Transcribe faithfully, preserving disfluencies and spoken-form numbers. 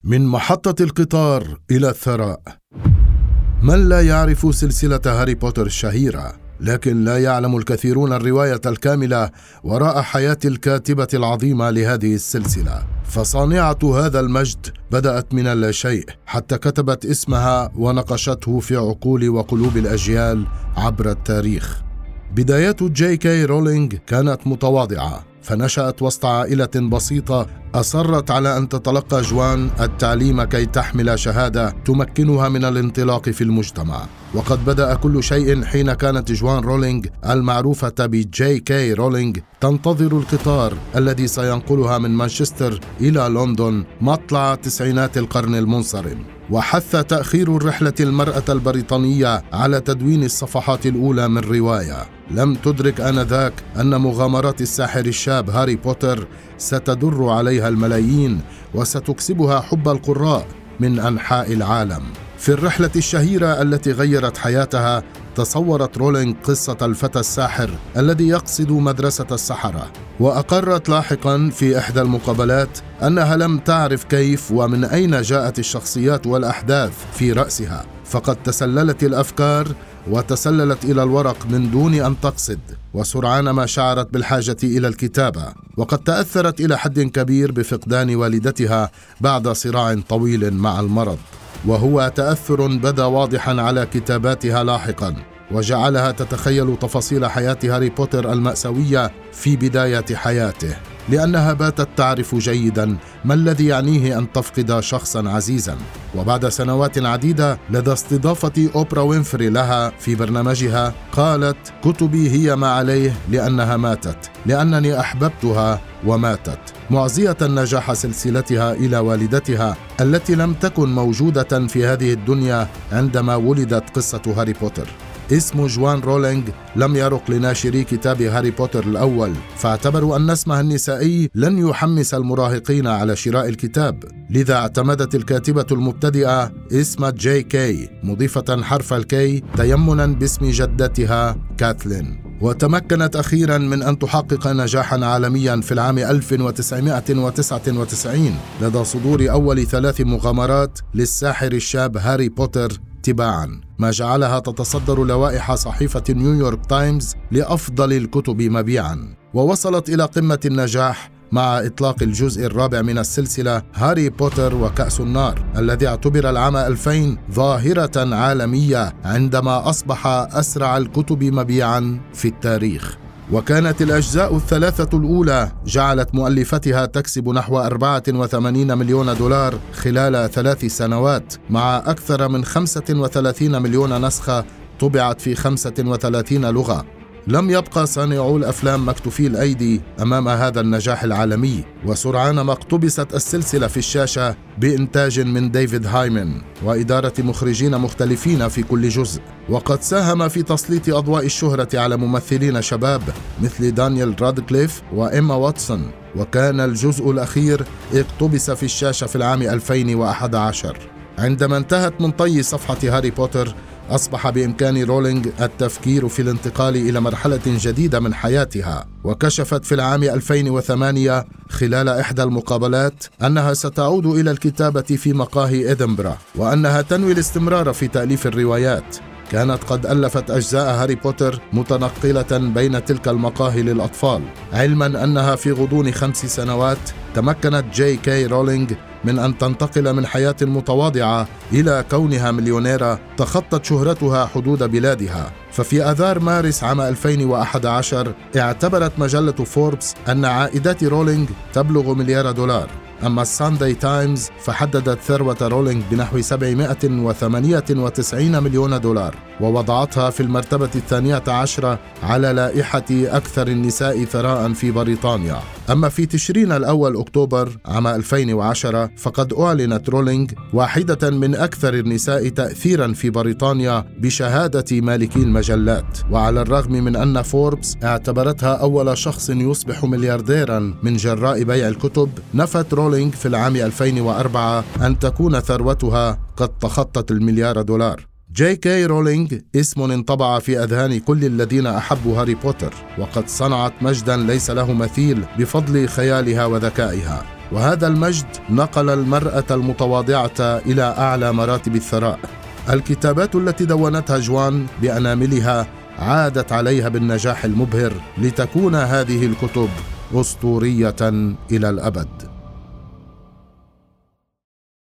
من محطة القطار إلى الثراء. من لا يعرف سلسلة هاري بوتر الشهيرة؟ لكن لا يعلم الكثيرون الرواية الكاملة وراء حياة الكاتبة العظيمة لهذه السلسلة. فصانعة هذا المجد بدأت من اللا شيء حتى كتبت اسمها ونقشته في عقول وقلوب الأجيال عبر التاريخ. بدايات جي كي رولينج كانت متواضعة، فنشأت وسط عائلة بسيطة أصرت على أن تتلقى جوان التعليم كي تحمل شهادة تمكنها من الانطلاق في المجتمع. وقد بدأ كل شيء حين كانت جوان رولينج المعروفة بجي كي رولينج تنتظر القطار الذي سينقلها من مانشستر إلى لندن مطلع تسعينات القرن المنصرم. وحث تأخير الرحلة المرأة البريطانية على تدوين الصفحات الأولى من رواية. لم تدرك آنذاك أن مغامرات الساحر الشاب هاري بوتر ستدر عليها الملايين وستكسبها حب القراء من أنحاء العالم. في الرحلة الشهيرة التي غيرت حياتها تصورت رولينج قصة الفتى الساحر الذي يقصد مدرسة السحرة، وأقرت لاحقا في إحدى المقابلات أنها لم تعرف كيف ومن أين جاءت الشخصيات والأحداث في رأسها، فقد تسللت الأفكار وتسللت إلى الورق من دون أن تقصد، وسرعان ما شعرت بالحاجة إلى الكتابة. وقد تأثرت إلى حد كبير بفقدان والدتها بعد صراع طويل مع المرض، وهو تأثر بدا واضحا على كتاباتها لاحقا، وجعلها تتخيل تفاصيل حياة هاري بوتر المأساوية في بداية حياته، لأنها باتت تعرف جيدا ما الذي يعنيه أن تفقد شخصا عزيزا. وبعد سنوات عديدة لدى استضافة أوبرا وينفري لها في برنامجها قالت: كتبي هي ما عليه لأنها ماتت، لأنني أحببتها وماتت، معزية نجاح سلسلتها إلى والدتها التي لم تكن موجودة في هذه الدنيا عندما ولدت قصة هاري بوتر. اسم جوان رولينج لم يرق لناشري كتاب هاري بوتر الأول، فاعتبروا أن اسمها النسائي لن يحمس المراهقين على شراء الكتاب، لذا اعتمدت الكاتبة المبتدئة اسم جي كي مضيفة حرف الكي تيمنا باسم جدتها كاثلين. وتمكنت أخيرا من أن تحقق نجاحا عالميا في العام ألف وتسعمائة وتسعة وتسعين لدى صدور أول ثلاث مغامرات للساحر الشاب هاري بوتر تباعا، ما جعلها تتصدر لوائح صحيفة نيويورك تايمز لأفضل الكتب مبيعا. ووصلت إلى قمة النجاح مع إطلاق الجزء الرابع من السلسلة هاري بوتر وكأس النار، الذي اعتبر العام ألفين ظاهرة عالمية عندما أصبح أسرع الكتب مبيعا في التاريخ. وكانت الأجزاء الثلاثة الأولى جعلت مؤلفتها تكسب نحو أربعة وثمانين مليون دولار خلال ثلاث سنوات، مع أكثر من خمسة وثلاثين مليون نسخة طبعت في خمسة وثلاثين لغة. لم يبقى صانعو الأفلام مكتوفي الأيدي أمام هذا النجاح العالمي، وسرعان ما اقتبست السلسلة في الشاشة بإنتاج من ديفيد هايمن وإدارة مخرجين مختلفين في كل جزء. وقد ساهم في تسليط أضواء الشهرة على ممثلين شباب مثل دانيال رادكليف وإيما واتسون، وكان الجزء الأخير اقتبس في الشاشة في العام ألفين وأحد عشر. عندما انتهت من طي صفحة هاري بوتر أصبح بإمكان رولينج التفكير في الانتقال إلى مرحلة جديدة من حياتها، وكشفت في العام ألفين وثمانية خلال إحدى المقابلات أنها ستعود إلى الكتابة في مقاهي إدنبرا، وأنها تنوي الاستمرار في تأليف الروايات. كانت قد ألفت أجزاء هاري بوتر متنقلة بين تلك المقاهي للأطفال، علما أنها في غضون خمس سنوات تمكنت جي كي رولينج من أن تنتقل من حياة متواضعة إلى كونها مليونيرة تخطت شهرتها حدود بلادها. ففي آذار مارس عام ألفين وأحد عشر اعتبرت مجلة فوربس أن عائدات رولينج تبلغ مليار دولار، أما السانداي تايمز فحددت ثروة رولينج بنحو سبعمائة وثمانية وتسعين مليون دولار، ووضعتها في المرتبة الثانية عشرة على لائحة أكثر النساء ثراء في بريطانيا. أما في تشرين الأول أكتوبر عام ألفين وعشرة فقد أعلنت رولينج واحدة من أكثر النساء تأثيرا في بريطانيا بشهادة مالكي المجلات. وعلى الرغم من أن فوربس اعتبرتها أول شخص يصبح مليارديرا من جراء بيع الكتب، نفت رولينج في العام ألفين وأربعة أن تكون ثروتها قد تخطت المليار دولار. جي كي رولينج اسم انطبع في أذهان كل الذين أحبوا هاري بوتر، وقد صنعت مجدا ليس له مثيل بفضل خيالها وذكائها. وهذا المجد نقل المرأة المتواضعة إلى أعلى مراتب الثراء. الكتابات التي دونتها جوان بأناملها عادت عليها بالنجاح المبهر لتكون هذه الكتب أسطورية إلى الأبد.